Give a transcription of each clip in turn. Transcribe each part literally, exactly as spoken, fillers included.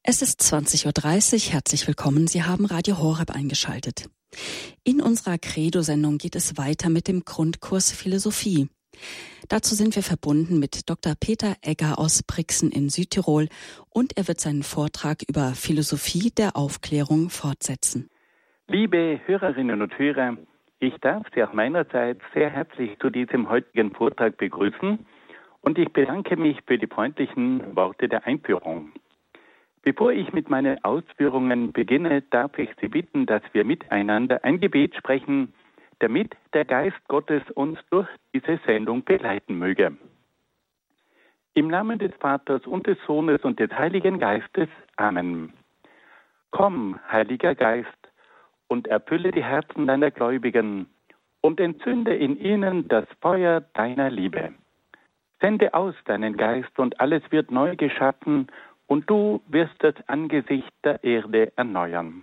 Es ist zwanzig Uhr dreißig. Herzlich willkommen. Sie haben Radio Horeb eingeschaltet. In unserer Credo-Sendung geht es weiter mit dem Grundkurs Philosophie. Dazu sind wir verbunden mit Doktor Peter Egger aus Brixen in Südtirol und er wird seinen Vortrag über Philosophie der Aufklärung fortsetzen. Liebe Hörerinnen und Hörer, ich darf Sie auch meinerseits sehr herzlich zu diesem heutigen Vortrag begrüßen und ich bedanke mich für die freundlichen Worte der Einführung. Bevor ich mit meinen Ausführungen beginne, darf ich Sie bitten, dass wir miteinander ein Gebet sprechen, damit der Geist Gottes uns durch diese Sendung begleiten möge. Im Namen des Vaters und des Sohnes und des Heiligen Geistes. Amen. Komm, Heiliger Geist, und erfülle die Herzen deiner Gläubigen und entzünde in ihnen das Feuer deiner Liebe. Sende aus deinen Geist und alles wird neu geschaffen und du wirst das Angesicht der Erde erneuern.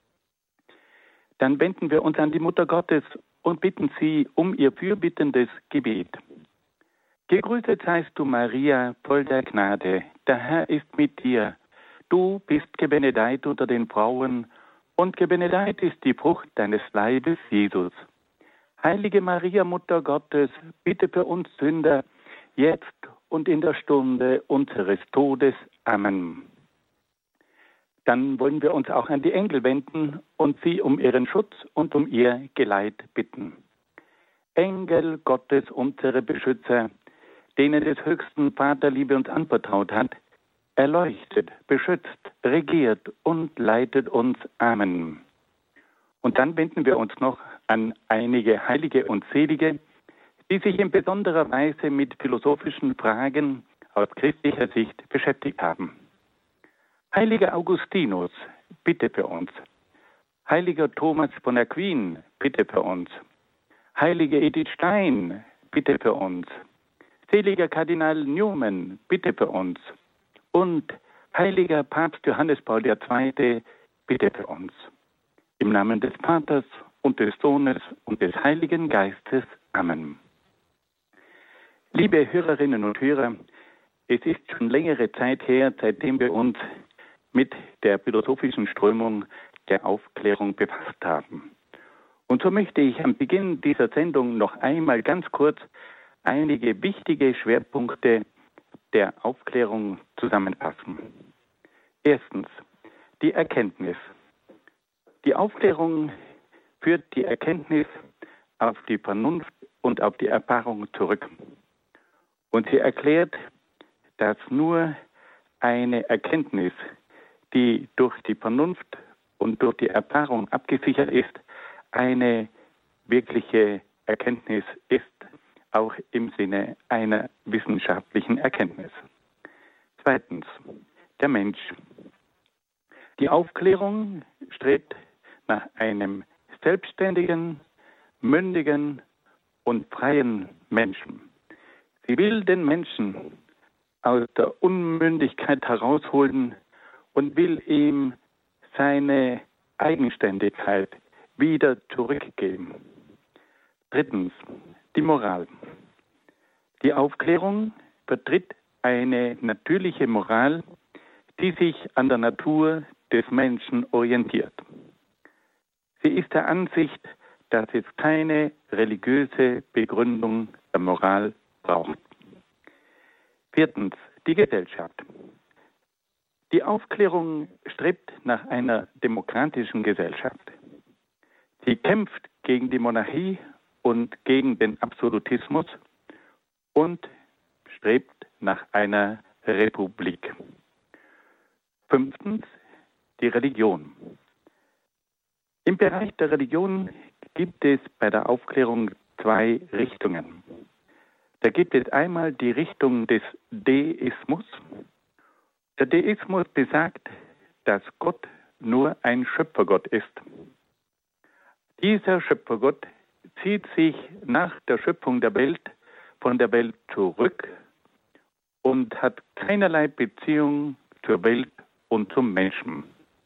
Dann wenden wir uns an die Mutter Gottes und bitten sie um ihr fürbittendes Gebet. Gegrüßet seist du, Maria, voll der Gnade. Der Herr ist mit dir. Du bist gebenedeit unter den Frauen und gebenedeit ist die Frucht deines Leibes, Jesus. Heilige Maria, Mutter Gottes, bitte für uns Sünder, jetzt und in der Stunde unseres Todes. Amen. Dann wollen wir uns auch an die Engel wenden und sie um ihren Schutz und um ihr Geleit bitten. Engel Gottes, unsere Beschützer, denen des höchsten Vaterliebe uns anvertraut hat, erleuchtet, beschützt, regiert und leitet uns. Amen. Und dann wenden wir uns noch an einige Heilige und Selige, die sich in besonderer Weise mit philosophischen Fragen aus christlicher Sicht beschäftigt haben. Heiliger Augustinus, bitte für uns. Heiliger Thomas von Aquin, bitte für uns. Heilige Edith Stein, bitte für uns. Seliger Kardinal Newman, bitte für uns. Und heiliger Papst Johannes Paul der Zweite, bitte für uns. Im Namen des Vaters und des Sohnes und des Heiligen Geistes. Amen. Liebe Hörerinnen und Hörer, es ist schon längere Zeit her, seitdem wir uns mit der philosophischen Strömung der Aufklärung befasst haben. Und so möchte ich am Beginn dieser Sendung noch einmal ganz kurz einige wichtige Schwerpunkte der Aufklärung zusammenfassen. Erstens, die Erkenntnis. Die Aufklärung führt die Erkenntnis auf die Vernunft und auf die Erfahrung zurück. Und sie erklärt, dass nur eine Erkenntnis, die durch die Vernunft und durch die Erfahrung abgesichert ist, eine wirkliche Erkenntnis ist, auch im Sinne einer wissenschaftlichen Erkenntnis. Zweitens, der Mensch. Die Aufklärung strebt nach einem selbstständigen, mündigen und freien Menschen. Sie will den Menschen aus der Unmündigkeit herausholen und will ihm seine Eigenständigkeit wieder zurückgeben. Drittens, die Moral. Die Aufklärung vertritt eine natürliche Moral, die sich an der Natur des Menschen orientiert. Sie ist der Ansicht, dass es keine religiöse Begründung der Moral braucht. Viertens, die Gesellschaft. Die Aufklärung strebt nach einer demokratischen Gesellschaft. Sie kämpft gegen die Monarchie und gegen den Absolutismus und strebt nach einer Republik. Fünftens, die Religion. Im Bereich der Religion gibt es bei der Aufklärung zwei Richtungen. Da gibt es einmal die Richtung des Deismus. Der Deismus besagt, dass Gott nur ein Schöpfergott ist. Dieser Schöpfergott zieht sich nach der Schöpfung der Welt von der Welt zurück und hat keinerlei Beziehung zur Welt und zum Menschen.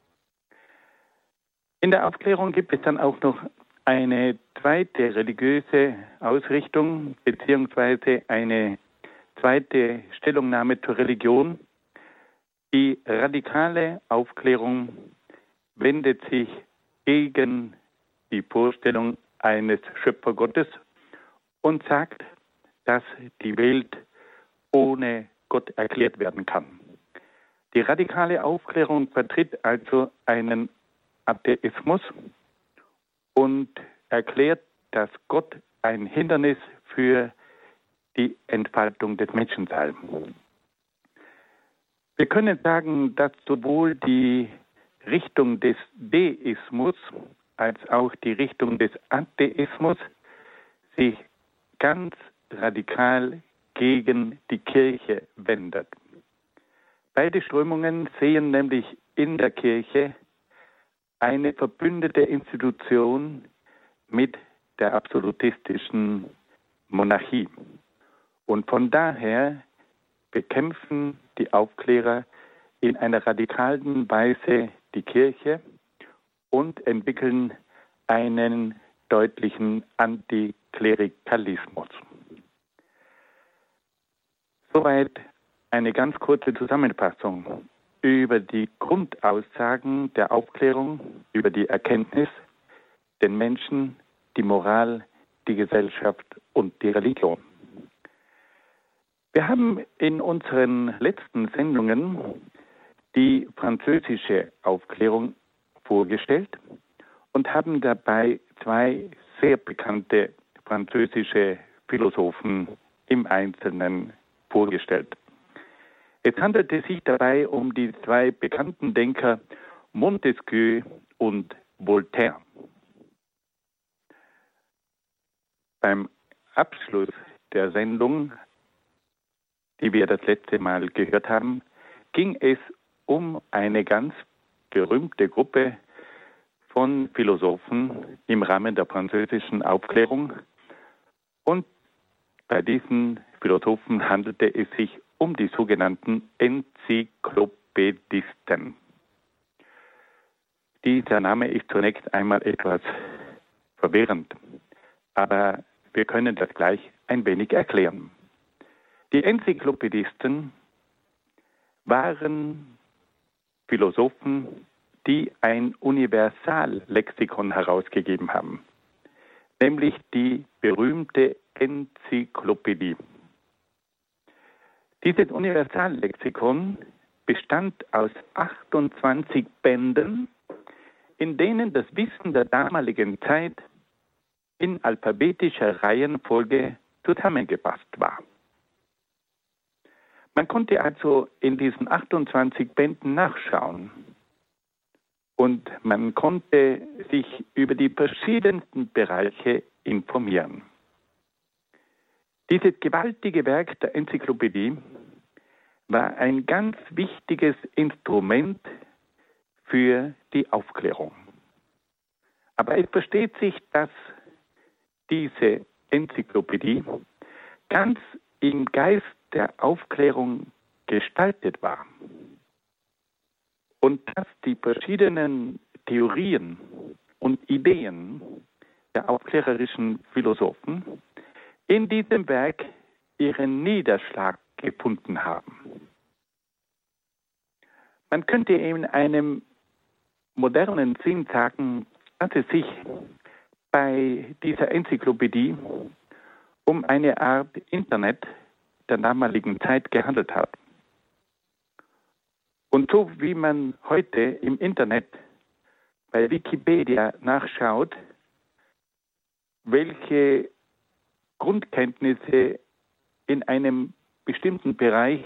In der Aufklärung gibt es dann auch noch eine zweite religiöse Ausrichtung beziehungsweise eine zweite Stellungnahme zur Religion, Die radikale Aufklärung wendet sich gegen die Vorstellung eines Schöpfergottes und sagt, dass die Welt ohne Gott erklärt werden kann. Die radikale Aufklärung vertritt also einen Atheismus und erklärt, dass Gott ein Hindernis für die Entfaltung des Menschen sei. Wir können sagen, dass sowohl die Richtung des Deismus als auch die Richtung des Atheismus sich ganz radikal gegen die Kirche wendet. Beide Strömungen sehen nämlich in der Kirche eine verbündete Institution mit der absolutistischen Monarchie. Und von daher bekämpfen die Aufklärer in einer radikalen Weise die Kirche und entwickeln einen deutlichen Antiklerikalismus. Soweit eine ganz kurze Zusammenfassung über die Grundaussagen der Aufklärung, über die Erkenntnis, den Menschen, die Moral, die Gesellschaft und die Religion. Wir haben in unseren letzten Sendungen die französische Aufklärung vorgestellt und haben dabei zwei sehr bekannte französische Philosophen im Einzelnen vorgestellt. Es handelte sich dabei um die zwei bekannten Denker Montesquieu und Voltaire. Beim Abschluss der Sendung, die wir das letzte Mal gehört haben, ging es um eine ganz berühmte Gruppe von Philosophen im Rahmen der französischen Aufklärung. Und bei diesen Philosophen handelte es sich um die sogenannten Enzyklopädisten. Dieser Name ist zunächst einmal etwas verwirrend, aber wir können das gleich ein wenig erklären. Die Enzyklopädisten waren Philosophen, die ein Universallexikon herausgegeben haben, nämlich die berühmte Enzyklopädie. Dieses Universallexikon bestand aus achtundzwanzig Bänden, in denen das Wissen der damaligen Zeit in alphabetischer Reihenfolge zusammengefasst war. Man konnte also in diesen achtundzwanzig Bänden nachschauen und man konnte sich über die verschiedensten Bereiche informieren. Dieses gewaltige Werk der Enzyklopädie war ein ganz wichtiges Instrument für die Aufklärung. Aber es versteht sich, dass diese Enzyklopädie ganz im Geist der Aufklärung gestaltet war und dass die verschiedenen Theorien und Ideen der aufklärerischen Philosophen in diesem Werk ihren Niederschlag gefunden haben. Man könnte in einem modernen Sinn sagen, dass es sich bei dieser Enzyklopädie um eine Art Internet der damaligen Zeit gehandelt hat. Und so wie man heute im Internet bei Wikipedia nachschaut, welche Grundkenntnisse in einem bestimmten Bereich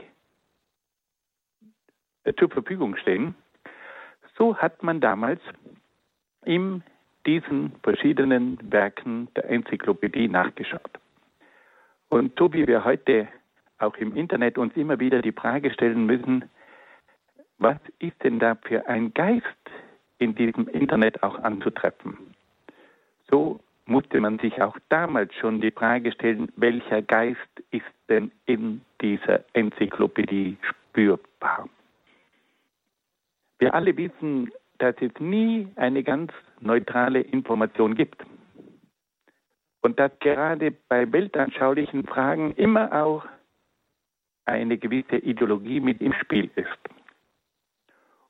zur Verfügung stehen, so hat man damals in diesen verschiedenen Werken der Enzyklopädie nachgeschaut. Und so wie wir heute auch im Internet uns immer wieder die Frage stellen müssen, was ist denn da für ein Geist in diesem Internet auch anzutreffen? So musste man sich auch damals schon die Frage stellen, welcher Geist ist denn in dieser Enzyklopädie spürbar? Wir alle wissen, dass es nie eine ganz neutrale Information gibt. Und dass gerade bei weltanschaulichen Fragen immer auch eine gewisse Ideologie mit im Spiel ist.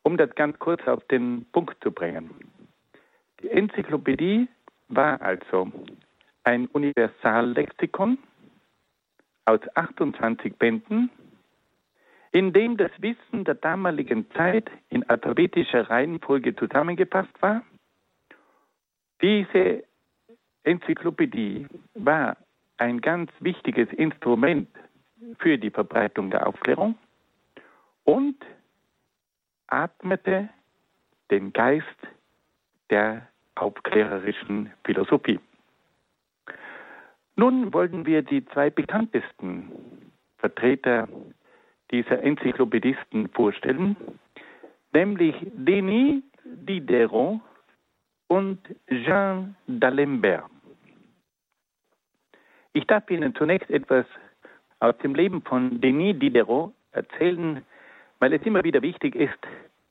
Um das ganz kurz auf den Punkt zu bringen. Die Enzyklopädie war also ein Universallexikon aus achtundzwanzig Bänden, in dem das Wissen der damaligen Zeit in alphabetischer Reihenfolge zusammengefasst war. Diese Enzyklopädie war ein ganz wichtiges Instrument für die Verbreitung der Aufklärung und atmete den Geist der aufklärerischen Philosophie. Nun wollen wir die zwei bekanntesten Vertreter dieser Enzyklopädisten vorstellen, nämlich Denis Diderot und Jean d'Alembert. Ich darf Ihnen zunächst etwas aus dem Leben von Denis Diderot erzählen, weil es immer wieder wichtig ist,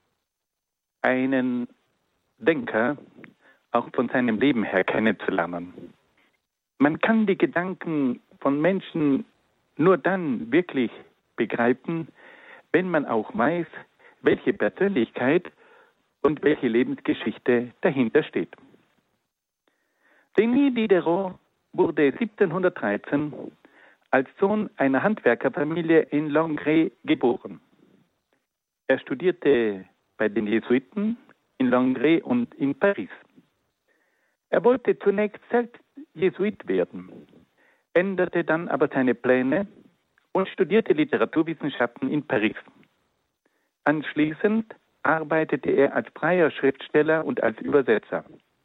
einen Denker auch von seinem Leben her kennenzulernen. Man kann die Gedanken von Menschen nur dann wirklich begreifen, wenn man auch weiß, welche Persönlichkeit und welche Lebensgeschichte dahinter steht. Denis Diderot wurde siebzehnhundertdreizehn als Sohn einer Handwerkerfamilie in Langres geboren. Er studierte bei den Jesuiten in Langres und in Paris. Er wollte zunächst selbst Jesuit werden, änderte dann aber seine Pläne und studierte Literaturwissenschaften in Paris. Anschließend arbeitete er als freier Schriftsteller und als Übersetzer.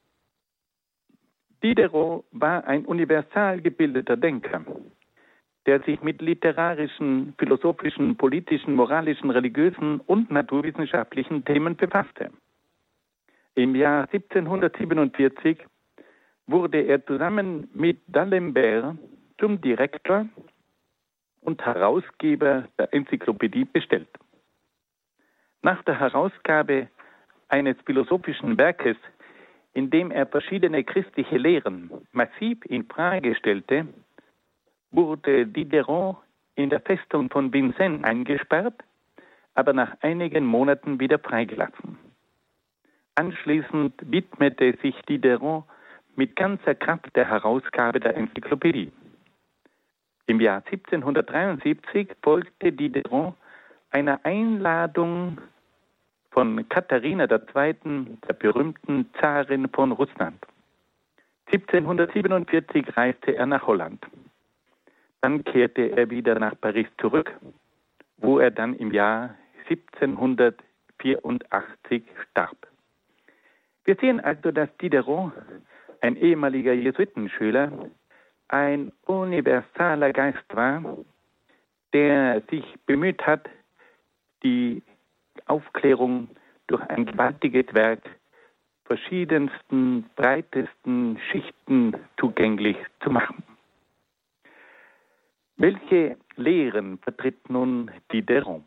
Diderot war ein universal gebildeter Denker, der sich mit literarischen, philosophischen, politischen, moralischen, religiösen und naturwissenschaftlichen Themen befasste. Im Jahr siebzehnhundertsiebenundvierzig wurde er zusammen mit d'Alembert zum Direktor und Herausgeber der Enzyklopädie bestellt. Nach der Herausgabe eines philosophischen Werkes, in dem er verschiedene christliche Lehren massiv in Frage stellte, wurde Diderot in der Festung von Vincennes eingesperrt, aber nach einigen Monaten wieder freigelassen. Anschließend widmete sich Diderot mit ganzer Kraft der Herausgabe der Enzyklopädie. Im Jahr siebzehnhundertdreiundsiebzig folgte Diderot einer Einladung von Katharina der Zweiten, der berühmten Zarin von Russland. siebzehnhundertsiebenundvierzig reiste er nach Holland. Dann kehrte er wieder nach Paris zurück, wo er dann im Jahr siebzehnhundertvierundachtzig starb. Wir sehen also, dass Diderot, ein ehemaliger Jesuitenschüler, ein universaler Geist war, der sich bemüht hat, die Aufklärung durch ein gewaltiges Werk verschiedensten, breitesten Schichten zugänglich zu machen. Welche Lehren vertritt nun Diderot?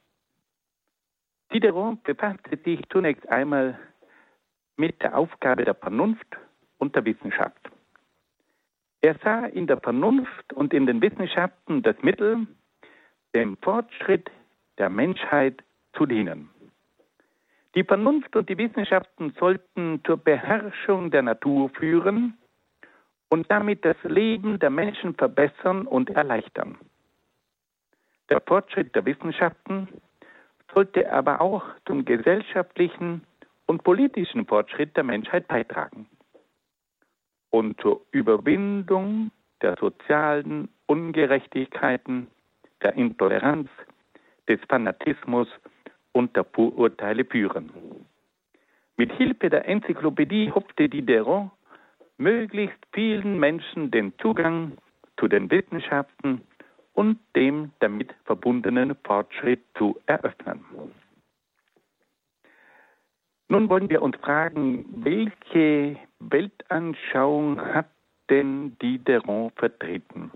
Diderot befasste sich zunächst einmal mit der Aufgabe der Vernunft und der Wissenschaft. Er sah in der Vernunft und in den Wissenschaften das Mittel, dem Fortschritt der Menschheit zu dienen. Die Vernunft und die Wissenschaften sollten zur Beherrschung der Natur führen und damit das Leben der Menschen verbessern und erleichtern. Der Fortschritt der Wissenschaften sollte aber auch zum gesellschaftlichen und politischen Fortschritt der Menschheit beitragen und zur Überwindung der sozialen Ungerechtigkeiten, der Intoleranz, des Fanatismus und der Vorurteile führen. Mit Hilfe der Enzyklopädie hoffte Diderot, möglichst vielen Menschen den Zugang zu den Wissenschaften und dem damit verbundenen Fortschritt zu eröffnen. Nun wollen wir uns fragen, welche Weltanschauung hat denn Diderot vertreten?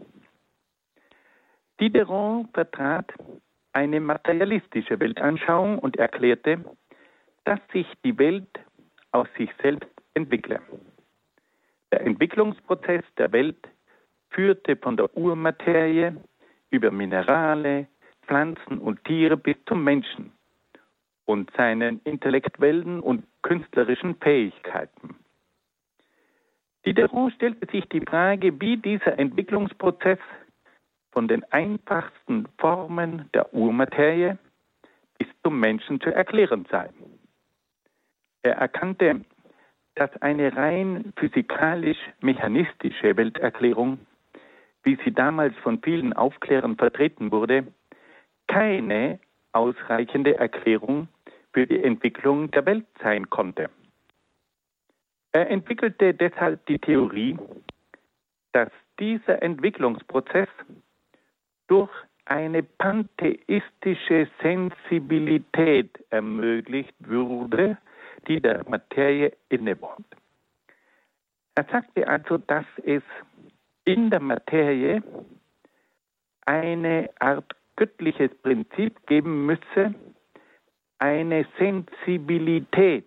Diderot vertrat eine materialistische Weltanschauung und erklärte, dass sich die Welt aus sich selbst entwickle. Der Entwicklungsprozess der Welt führte von der Urmaterie über Minerale, Pflanzen und Tiere bis zum Menschen und seinen intellektuellen und künstlerischen Fähigkeiten. Diderot stellte sich die Frage, wie dieser Entwicklungsprozess von den einfachsten Formen der Urmaterie bis zum Menschen zu erklären sei. Er erkannte, dass eine rein physikalisch-mechanistische Welterklärung, wie sie damals von vielen Aufklärern vertreten wurde, keine ausreichende Erklärung für die Entwicklung der Welt sein konnte. Er entwickelte deshalb die Theorie, dass dieser Entwicklungsprozess durch eine pantheistische Sensibilität ermöglicht würde, die der Materie innewohnt. Er sagte also, dass es in der Materie eine Art göttliches Prinzip geben müsse, eine Sensibilität,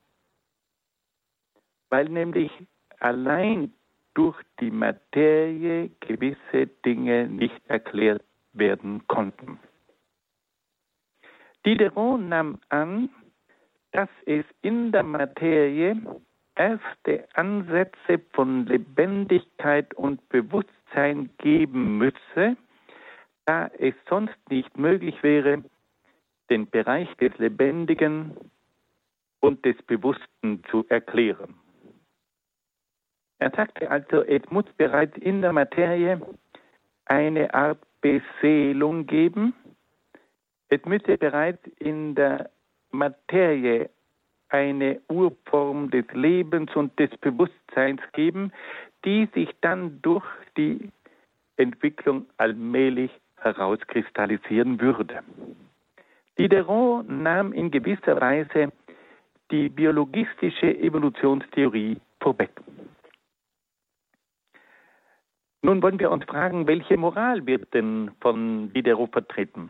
weil nämlich allein durch die Materie gewisse Dinge nicht erklärt werden konnten. Diderot nahm an, dass es in der Materie erste Ansätze von Lebendigkeit und Bewusstsein geben müsse, da es sonst nicht möglich wäre, den Bereich des Lebendigen und des Bewussten zu erklären. Er sagte also, es muss bereits in der Materie eine Art Beseelung geben. Es müsse bereits in der Materie eine Urform des Lebens und des Bewusstseins geben, die sich dann durch die Entwicklung allmählich herauskristallisieren würde. Diderot nahm in gewisser Weise die biologistische Evolutionstheorie vorweg. Nun wollen wir uns fragen, welche Moral wird denn von Diderot vertreten?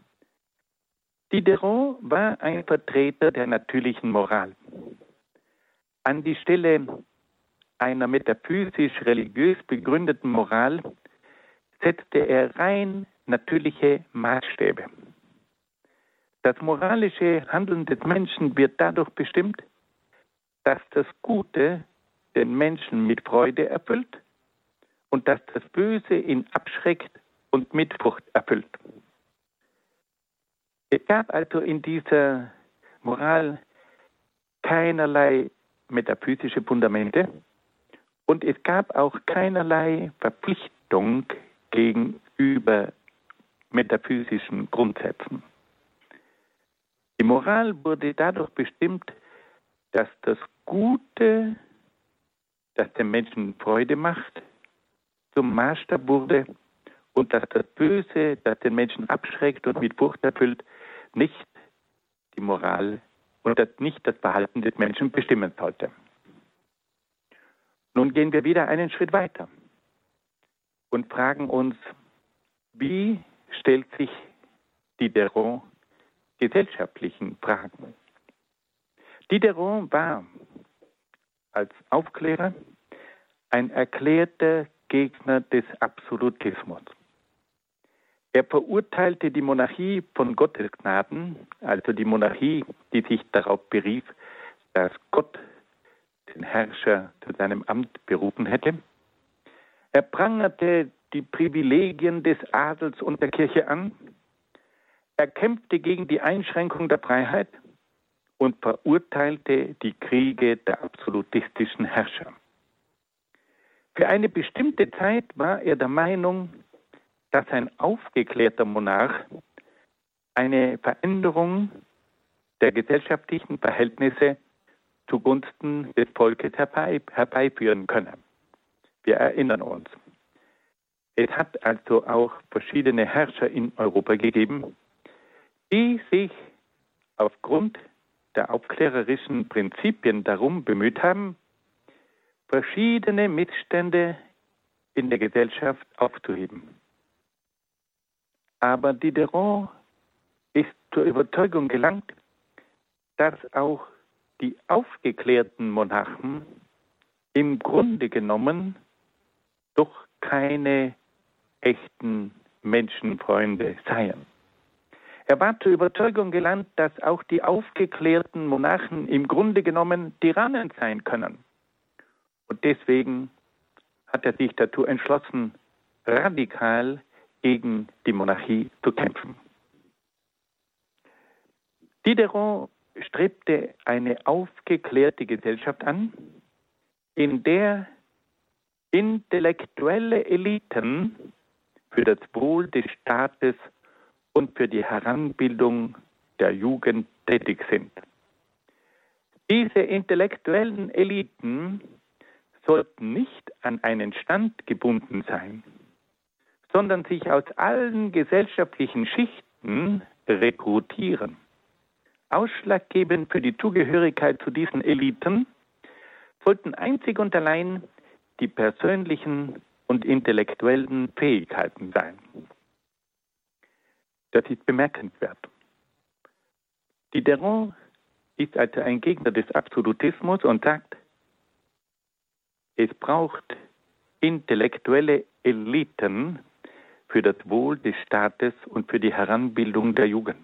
Diderot war ein Vertreter der natürlichen Moral. An die Stelle einer metaphysisch-religiös begründeten Moral setzte er rein natürliche Maßstäbe. Das moralische Handeln des Menschen wird dadurch bestimmt, dass das Gute den Menschen mit Freude erfüllt und dass das Böse ihn abschreckt und mit Furcht erfüllt. Es gab also in dieser Moral keinerlei metaphysische Fundamente und es gab auch keinerlei Verpflichtung gegenüber metaphysischen Grundsätzen. Die Moral wurde dadurch bestimmt, dass das Gute, das dem Menschen Freude macht, zum Maßstab wurde und dass das Böse, das den Menschen abschreckt und mit Furcht erfüllt, nicht die Moral und das nicht das Verhalten des Menschen bestimmen sollte. Nun gehen wir wieder einen Schritt weiter und fragen uns, wie stellt sich Diderot gesellschaftlichen Fragen? Diderot war als Aufklärer ein erklärter Gegner des Absolutismus. Er verurteilte die Monarchie von Gottes Gnaden, also die Monarchie, die sich darauf berief, dass Gott den Herrscher zu seinem Amt berufen hätte. Er prangerte die Privilegien des Adels und der Kirche an. Er kämpfte gegen die Einschränkung der Freiheit und verurteilte die Kriege der absolutistischen Herrscher. Für eine bestimmte Zeit war er der Meinung, dass ein aufgeklärter Monarch eine Veränderung der gesellschaftlichen Verhältnisse zugunsten des Volkes herbei, herbeiführen könne. Wir erinnern uns. Es hat also auch verschiedene Herrscher in Europa gegeben, die sich aufgrund der aufklärerischen Prinzipien darum bemüht haben, verschiedene Missstände in der Gesellschaft aufzuheben. Aber Diderot ist zur Überzeugung gelangt, dass auch die aufgeklärten Monarchen im Grunde genommen doch keine echten Menschenfreunde seien. Er war zur Überzeugung gelangt, dass auch die aufgeklärten Monarchen im Grunde genommen Tyrannen sein können. Und deswegen hat er sich dazu entschlossen, radikal gegen die Monarchie zu kämpfen. Diderot strebte eine aufgeklärte Gesellschaft an, in der intellektuelle Eliten für das Wohl des Staates und für die Heranbildung der Jugend tätig sind. Diese intellektuellen Eliten sollten nicht an einen Stand gebunden sein, sondern sich aus allen gesellschaftlichen Schichten rekrutieren. Ausschlaggebend für die Zugehörigkeit zu diesen Eliten sollten einzig und allein die persönlichen und intellektuellen Fähigkeiten sein. Das ist bemerkenswert. Diderot ist also ein Gegner des Absolutismus und sagt, es braucht intellektuelle Eliten für das Wohl des Staates und für die Heranbildung der Jugend.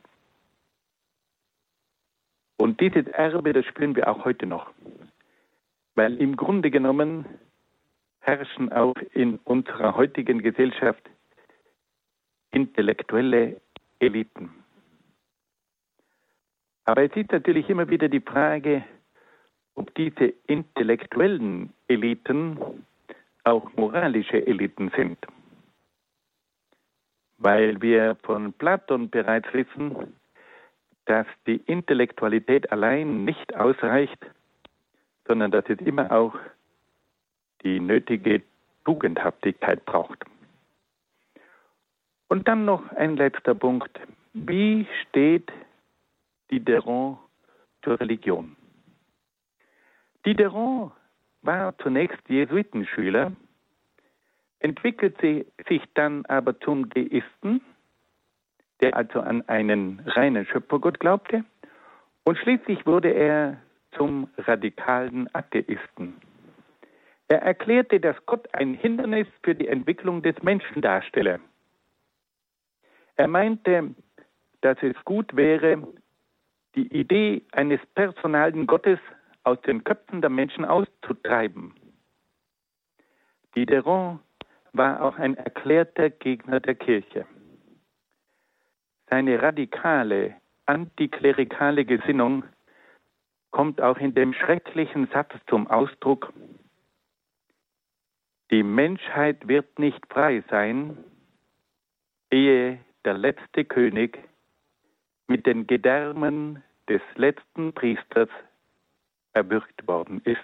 Und dieses Erbe, das spüren wir auch heute noch. Weil im Grunde genommen herrschen auch in unserer heutigen Gesellschaft intellektuelle Eliten. Aber es ist natürlich immer wieder die Frage, ob diese intellektuellen Eliten auch moralische Eliten sind. Weil wir von Platon bereits wissen, dass die Intellektualität allein nicht ausreicht, sondern dass es immer auch die nötige Tugendhaftigkeit braucht. Und dann noch ein letzter Punkt. Wie steht Diderot zur Religion? Diderot war zunächst Jesuitenschüler, entwickelte sich dann aber zum Deisten, der also an einen reinen Schöpfergott glaubte, und schließlich wurde er zum radikalen Atheisten. Er erklärte, dass Gott ein Hindernis für die Entwicklung des Menschen darstelle. Er meinte, dass es gut wäre, die Idee eines personalen Gottes aus den Köpfen der Menschen auszutreiben. Diderot war auch ein erklärter Gegner der Kirche. Seine radikale, antiklerikale Gesinnung kommt auch in dem schrecklichen Satz zum Ausdruck: Die Menschheit wird nicht frei sein, ehe der letzte König mit den Gedärmen des letzten Priesters erwürgt worden ist.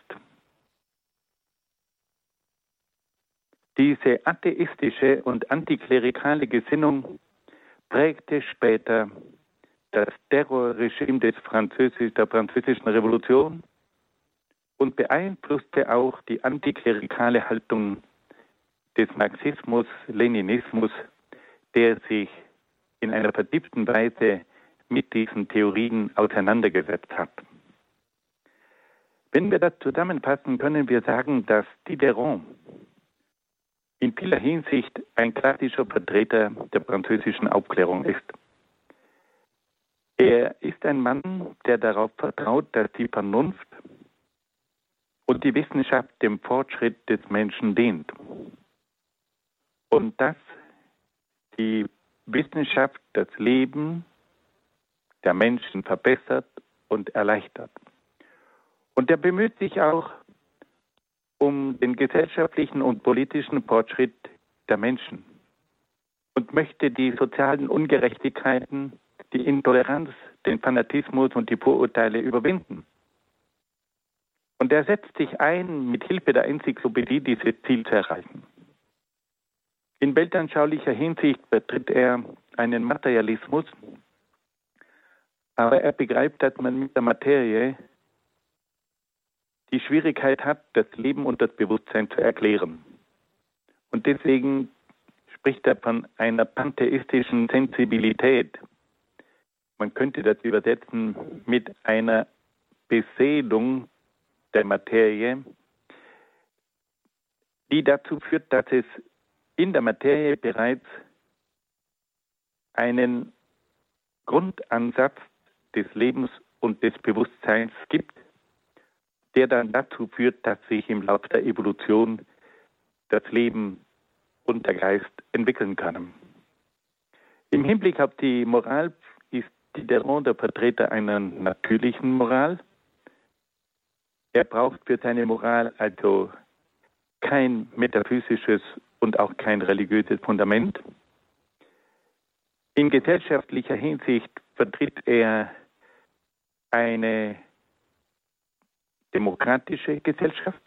Diese atheistische und antiklerikale Gesinnung prägte später das Terrorregime des Französisch, der französischen Revolution und beeinflusste auch die antiklerikale Haltung des Marxismus, Leninismus, der sich in einer vertieften Weise mit diesen Theorien auseinandergesetzt hat. Wenn wir das zusammenfassen, können wir sagen, dass Diderot in vieler Hinsicht ein klassischer Vertreter der französischen Aufklärung ist. Er ist ein Mann, der darauf vertraut, dass die Vernunft und die Wissenschaft dem Fortschritt des Menschen dient. Und dass die Wissenschaft das Leben der Menschen verbessert und erleichtert. Und er bemüht sich auch um den gesellschaftlichen und politischen Fortschritt der Menschen und möchte die sozialen Ungerechtigkeiten, die Intoleranz, den Fanatismus und die Vorurteile überwinden. Und er setzt sich ein, mit Hilfe der Enzyklopädie dieses Ziel zu erreichen. In weltanschaulicher Hinsicht vertritt er einen Materialismus, aber er begreift, dass man mit der Materie die Schwierigkeit hat, das Leben und das Bewusstsein zu erklären. Und deswegen spricht er von einer pantheistischen Sensibilität. Man könnte das übersetzen mit einer Beseelung der Materie, die dazu führt, dass es in der Materie bereits einen Grundansatz des Lebens und des Bewusstseins gibt, der dann dazu führt, dass sich im Laufe der Evolution das Leben und der Geist entwickeln können. Im Hinblick auf die Moral ist Diderot der Vertreter einer natürlichen Moral. Er braucht für seine Moral also kein metaphysisches und auch kein religiöses Fundament. In gesellschaftlicher Hinsicht vertritt er eine demokratische Gesellschaft.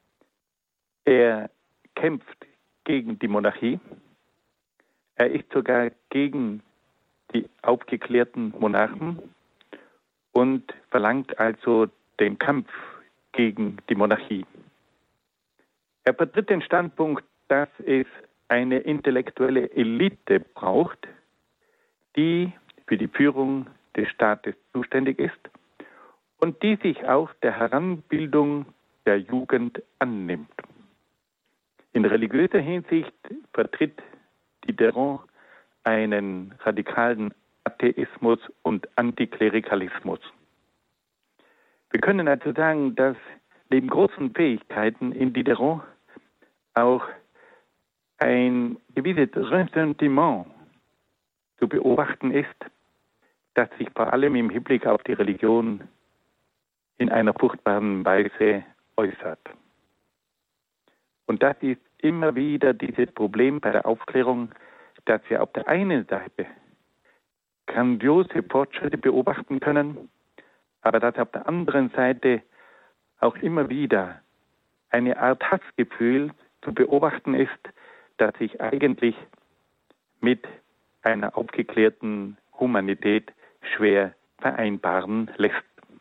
Er kämpft gegen die Monarchie. Er ist sogar gegen die aufgeklärten Monarchen und verlangt also den Kampf gegen die Monarchie. Er vertritt den Standpunkt, dass es eine intellektuelle Elite braucht, die für die Führung des Staates zuständig ist und die sich auch der Heranbildung der Jugend annimmt. In religiöser Hinsicht vertritt Diderot einen radikalen Atheismus und Antiklerikalismus. Wir können also sagen, dass neben großen Fähigkeiten in Diderot auch ein gewisses Ressentiment zu beobachten ist, das sich vor allem im Hinblick auf die Religion in einer furchtbaren Weise äußert. Und das ist immer wieder dieses Problem bei der Aufklärung, dass wir auf der einen Seite grandiose Fortschritte beobachten können, aber dass auf der anderen Seite auch immer wieder eine Art Hassgefühl zu beobachten ist, das sich eigentlich mit einer aufgeklärten Humanität schwer vereinbaren lässt.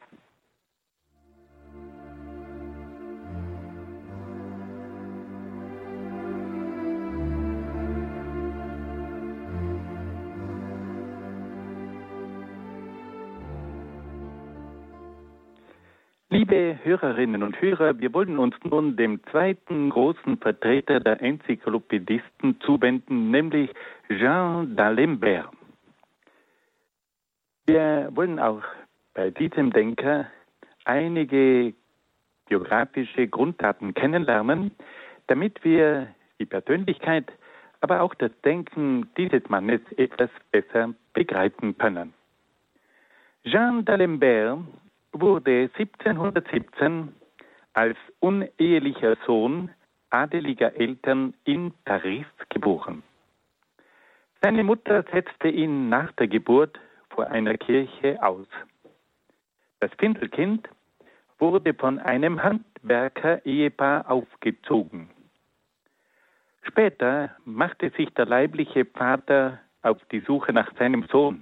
Liebe Hörerinnen und Hörer, wir wollen uns nun dem zweiten großen Vertreter der Enzyklopädisten zuwenden, nämlich Jean d'Alembert. Wir wollen auch bei diesem Denker einige biografische Grunddaten kennenlernen, damit wir die Persönlichkeit, aber auch das Denken dieses Mannes etwas besser begreifen können. Jean d'Alembert wurde siebzehnhundertsiebzehn als unehelicher Sohn adeliger Eltern in Paris geboren. Seine Mutter setzte ihn nach der Geburt vor einer Kirche aus. Das Findelkind wurde von einem Handwerker-Ehepaar aufgezogen. Später machte sich der leibliche Vater auf die Suche nach seinem Sohn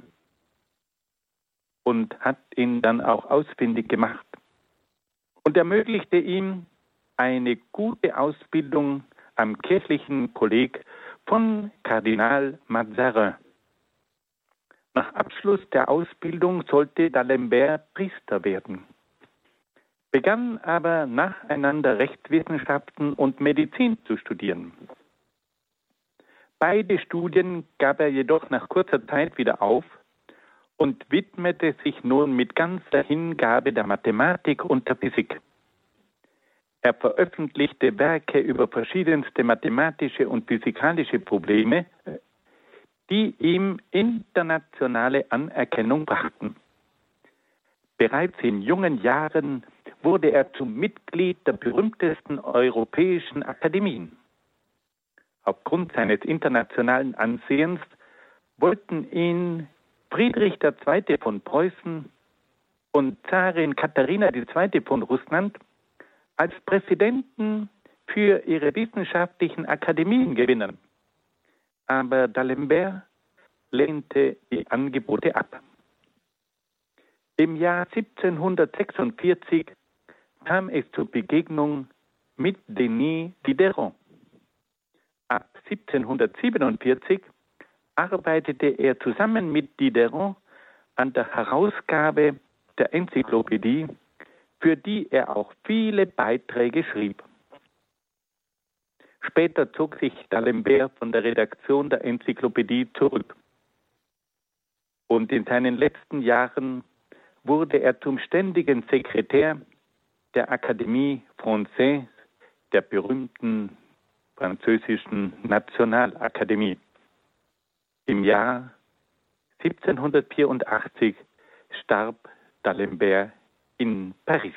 und hat ihn dann auch ausfindig gemacht und ermöglichte ihm eine gute Ausbildung am kirchlichen Kolleg von Kardinal Mazarin. Nach Abschluss der Ausbildung sollte d'Alembert Priester werden, begann aber nacheinander Rechtswissenschaften und Medizin zu studieren. Beide Studien gab er jedoch nach kurzer Zeit wieder auf und widmete sich nun mit ganzer Hingabe der Mathematik und der Physik. Er veröffentlichte Werke über verschiedenste mathematische und physikalische Probleme, die ihm internationale Anerkennung brachten. Bereits in jungen Jahren wurde er zum Mitglied der berühmtesten europäischen Akademien. Aufgrund seines internationalen Ansehens wollten ihn Friedrich der Zweite von Preußen und Zarin Katharina die Zweite von Russland als Präsidenten für ihre wissenschaftlichen Akademien gewinnen. Aber d'Alembert lehnte die Angebote ab. Im Jahr siebzehnhundertsechsundvierzig kam es zur Begegnung mit Denis Diderot. Ab siebzehnhundertsiebenundvierzig arbeitete er zusammen mit Diderot an der Herausgabe der Enzyklopädie, für die er auch viele Beiträge schrieb. Später zog sich d'Alembert von der Redaktion der Enzyklopädie zurück. Und in seinen letzten Jahren wurde er zum ständigen Sekretär der Académie Française, der berühmten französischen Nationalakademie. Im Jahr siebzehnhundertvierundachtzig starb d'Alembert in Paris.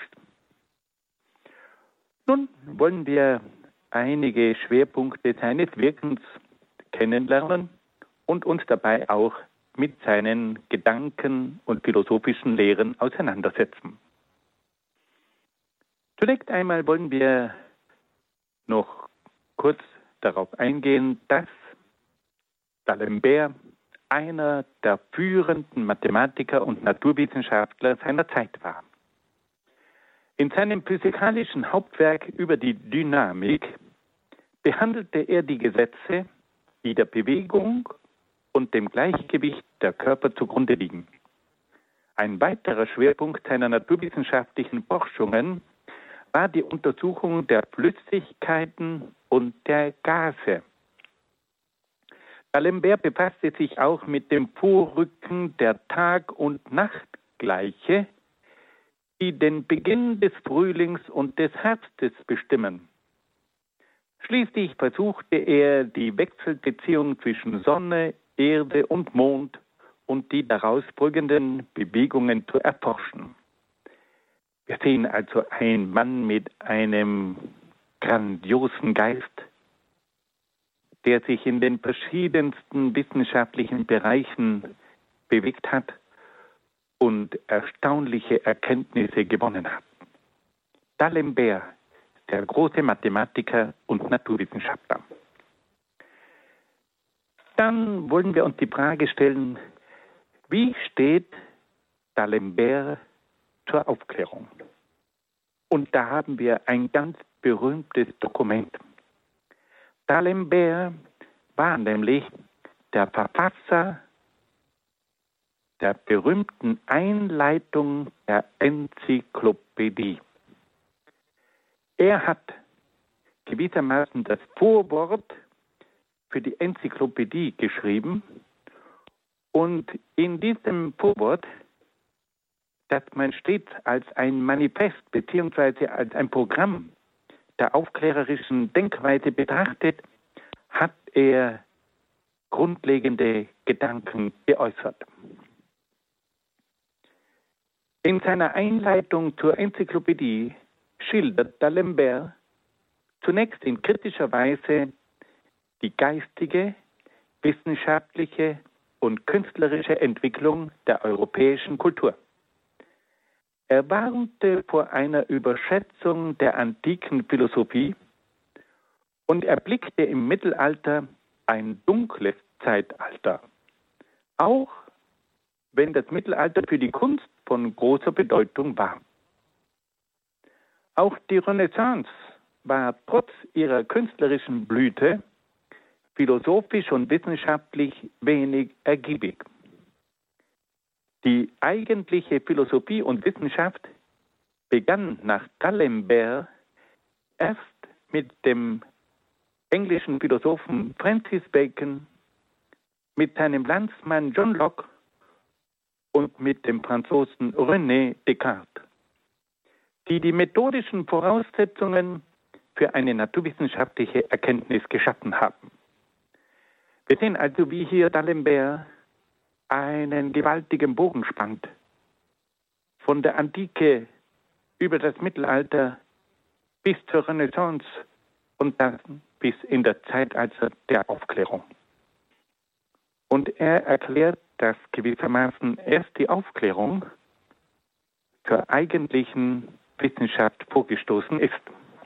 Nun wollen wir einige Schwerpunkte seines Wirkens kennenlernen und uns dabei auch mit seinen Gedanken und philosophischen Lehren auseinandersetzen. Zunächst einmal wollen wir noch kurz darauf eingehen, dass d'Alembert einer der führenden Mathematiker und Naturwissenschaftler seiner Zeit war. In seinem physikalischen Hauptwerk über die Dynamik behandelte er die Gesetze, die der Bewegung und dem Gleichgewicht der Körper zugrunde liegen. Ein weiterer Schwerpunkt seiner naturwissenschaftlichen Forschungen war die Untersuchung der Flüssigkeiten und der Gase. D'Alembert befasste sich auch mit dem Vorrücken der Tag- und Nachtgleiche, die den Beginn des Frühlings und des Herbstes bestimmen. Schließlich versuchte er, die Wechselbeziehung zwischen Sonne, Erde und Mond und die daraus folgenden Bewegungen zu erforschen. Wir sehen also einen Mann mit einem grandiosen Geist, der sich in den verschiedensten wissenschaftlichen Bereichen bewegt hat und erstaunliche Erkenntnisse gewonnen hat. D'Alembert, der große Mathematiker und Naturwissenschaftler. Dann wollen wir uns die Frage stellen, wie steht d'Alembert zur Aufklärung? Und da haben wir ein ganz berühmtes Dokument. D'Alembert war nämlich der Verfasser der berühmten Einleitung der Enzyklopädie. Er hat gewissermaßen das Vorwort für die Enzyklopädie geschrieben und in diesem Vorwort, das man stets als ein Manifest bzw. als ein Programm der aufklärerischen Denkweise betrachtet, hat er grundlegende Gedanken geäußert. In seiner Einleitung zur Enzyklopädie schildert d'Alembert zunächst in kritischer Weise die geistige, wissenschaftliche und künstlerische Entwicklung der europäischen Kultur. Er warnte vor einer Überschätzung der antiken Philosophie und erblickte im Mittelalter ein dunkles Zeitalter, auch wenn das Mittelalter für die Kunst von großer Bedeutung war. Auch die Renaissance war trotz ihrer künstlerischen Blüte philosophisch und wissenschaftlich wenig ergiebig. Die eigentliche Philosophie und Wissenschaft begann nach d'Alembert erst mit dem englischen Philosophen Francis Bacon, mit seinem Landsmann John Locke und mit dem Franzosen René Descartes, die die methodischen Voraussetzungen für eine naturwissenschaftliche Erkenntnis geschaffen haben. Wir sehen also, wie hier d'Alembert einen gewaltigen Bogen spannt, von der Antike über das Mittelalter bis zur Renaissance und dann bis in der Zeitalter der Aufklärung. Und er erklärt, dass gewissermaßen erst die Aufklärung zur eigentlichen Wissenschaft vorgestoßen ist.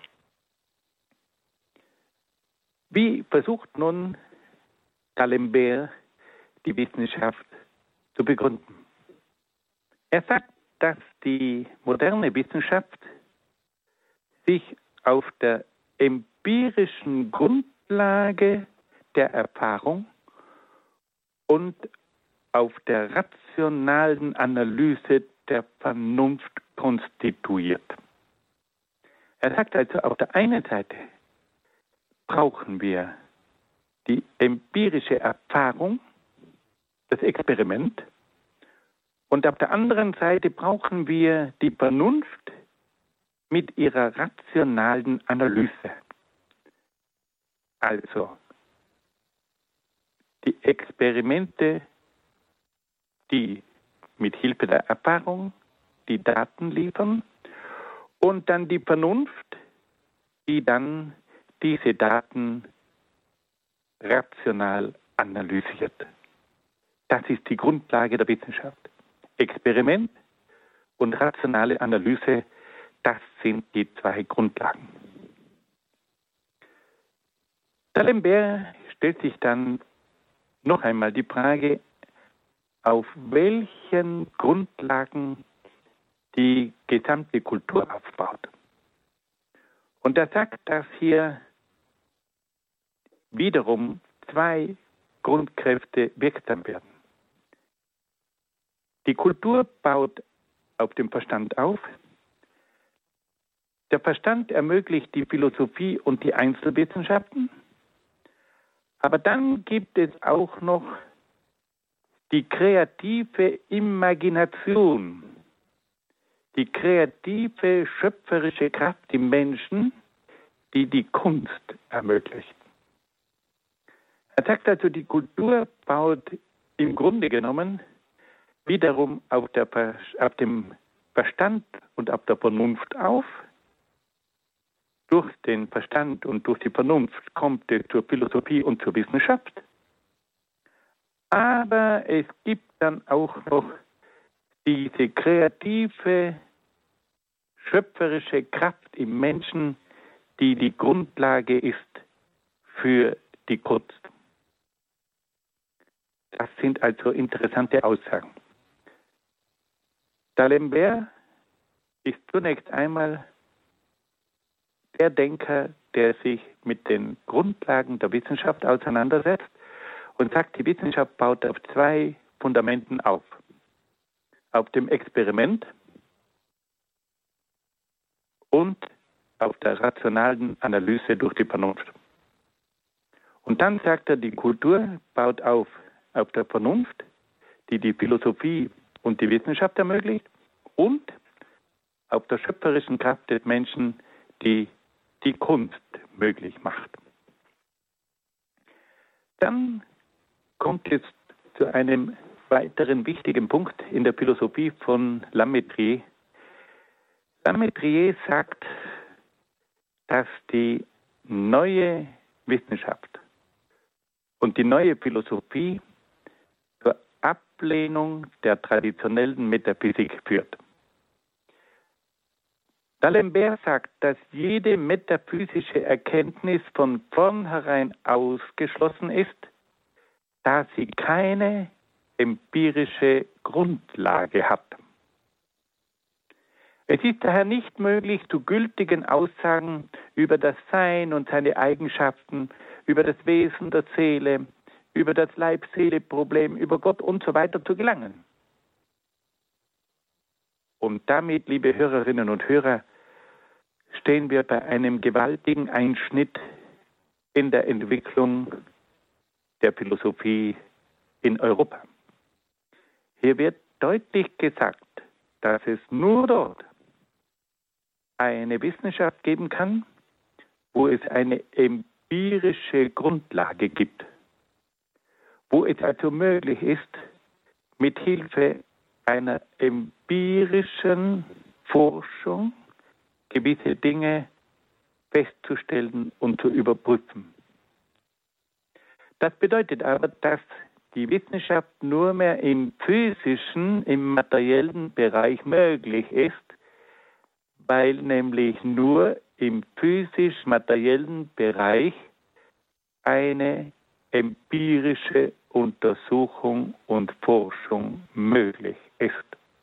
Wie versucht nun d'Alembert die Wissenschaft zu begründen? Er sagt, dass die moderne Wissenschaft sich auf der empirischen Grundlage der Erfahrung und auf der rationalen Analyse der Vernunft konstituiert. Er sagt also, auf der einen Seite brauchen wir die empirische Erfahrung, das Experiment, Und auf der anderen Seite brauchen wir die Vernunft mit ihrer rationalen Analyse. Also die Experimente, die mit Hilfe der Erfahrung die Daten liefern, und dann die Vernunft, die dann diese Daten rational analysiert. Das ist die Grundlage der Wissenschaft. Experiment und rationale Analyse, das sind die zwei Grundlagen. D'Alembert stellt sich dann noch einmal die Frage, auf welchen Grundlagen die gesamte Kultur aufbaut. Und er sagt, dass hier wiederum zwei Grundkräfte wirksam werden. Die Kultur baut auf dem Verstand auf. Der Verstand ermöglicht die Philosophie und die Einzelwissenschaften. Aber dann gibt es auch noch die kreative Imagination, die kreative, schöpferische Kraft im Menschen, die die Kunst ermöglicht. Er sagt also, die Kultur baut im Grunde genommen wiederum auf, der, auf dem Verstand und auf der Vernunft auf. Durch den Verstand und durch die Vernunft kommt es zur Philosophie und zur Wissenschaft. Aber es gibt dann auch noch diese kreative, schöpferische Kraft im Menschen, die die Grundlage ist für die Kunst. Das sind also interessante Aussagen. D'Alembert ist zunächst einmal der Denker, der sich mit den Grundlagen der Wissenschaft auseinandersetzt und sagt, die Wissenschaft baut auf zwei Fundamenten auf. Auf dem Experiment und auf der rationalen Analyse durch die Vernunft. Und dann sagt er, die Kultur baut auf auf der Vernunft, die die Philosophie und die Wissenschaft ermöglicht, und auf der schöpferischen Kraft des Menschen, die die Kunst möglich macht. Dann kommt es zu einem weiteren wichtigen Punkt in der Philosophie von La Mettrie. La Mettrie sagt, dass die neue Wissenschaft und die neue Philosophie zur Ablehnung der traditionellen Metaphysik führt. D'Alembert sagt, dass jede metaphysische Erkenntnis von vornherein ausgeschlossen ist, da sie keine empirische Grundlage hat. Es ist daher nicht möglich, zu gültigen Aussagen über das Sein und seine Eigenschaften, über das Wesen der Seele, über das Leib-Seele-Problem, über Gott und so weiter zu gelangen. Und damit, liebe Hörerinnen und Hörer, stehen wir bei einem gewaltigen Einschnitt in der Entwicklung der Philosophie in Europa. Hier wird deutlich gesagt, dass es nur dort eine Wissenschaft geben kann, wo es eine empirische Grundlage gibt, wo es also möglich ist, mit Hilfe einer empirischen Forschung gewisse Dinge festzustellen und zu überprüfen. Das bedeutet aber, dass die Wissenschaft nur mehr im physischen, im materiellen Bereich möglich ist, weil nämlich nur im physisch-materiellen Bereich eine empirische Untersuchung und Forschung möglich ist.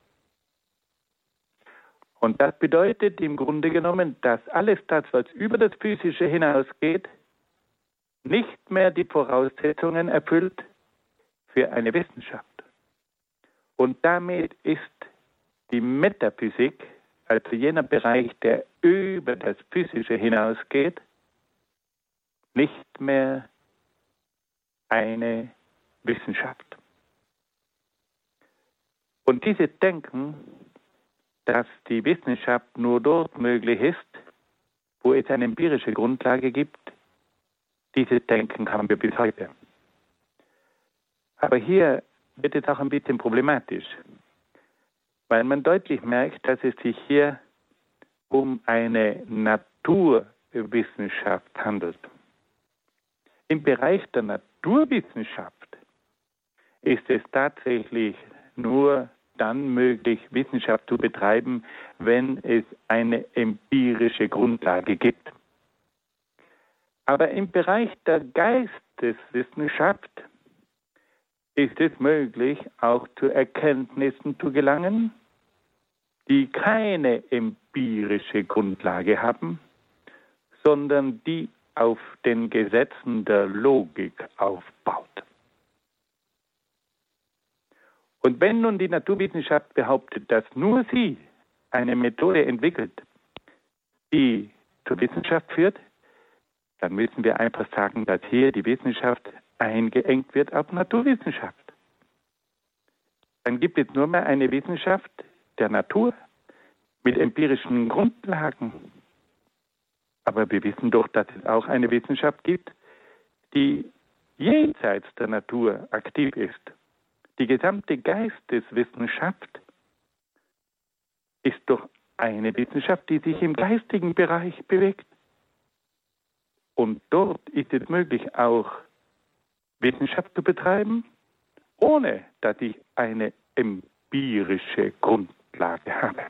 Und das bedeutet im Grunde genommen, dass alles das, was über das Physische hinausgeht, nicht mehr die Voraussetzungen erfüllt für eine Wissenschaft. Und damit ist die Metaphysik, also jener Bereich, der über das Physische hinausgeht, nicht mehr eine Wissenschaft. Und dieses Denken, dass die Wissenschaft nur dort möglich ist, wo es eine empirische Grundlage gibt, dieses Denken haben wir bis heute. Aber hier wird es auch ein bisschen problematisch, weil man deutlich merkt, dass es sich hier um eine Naturwissenschaft handelt. Im Bereich der Naturwissenschaft ist es tatsächlich nur dann möglich, Wissenschaft zu betreiben, wenn es eine empirische Grundlage gibt. Aber im Bereich der Geisteswissenschaft ist es möglich, auch zu Erkenntnissen zu gelangen, die keine empirische Grundlage haben, sondern die auf den Gesetzen der Logik aufbaut. Und wenn nun die Naturwissenschaft behauptet, dass nur sie eine Methode entwickelt, die zur Wissenschaft führt, dann müssen wir einfach sagen, dass hier die Wissenschaft eingeengt wird auf Naturwissenschaft. Dann gibt es nur mehr eine Wissenschaft der Natur mit empirischen Grundlagen. Aber wir wissen doch, dass es auch eine Wissenschaft gibt, die jenseits der Natur aktiv ist. Die gesamte Geisteswissenschaft ist doch eine Wissenschaft, die sich im geistigen Bereich bewegt. Und dort ist es möglich, auch Wissenschaft zu betreiben, ohne dass ich eine empirische Grundlage habe.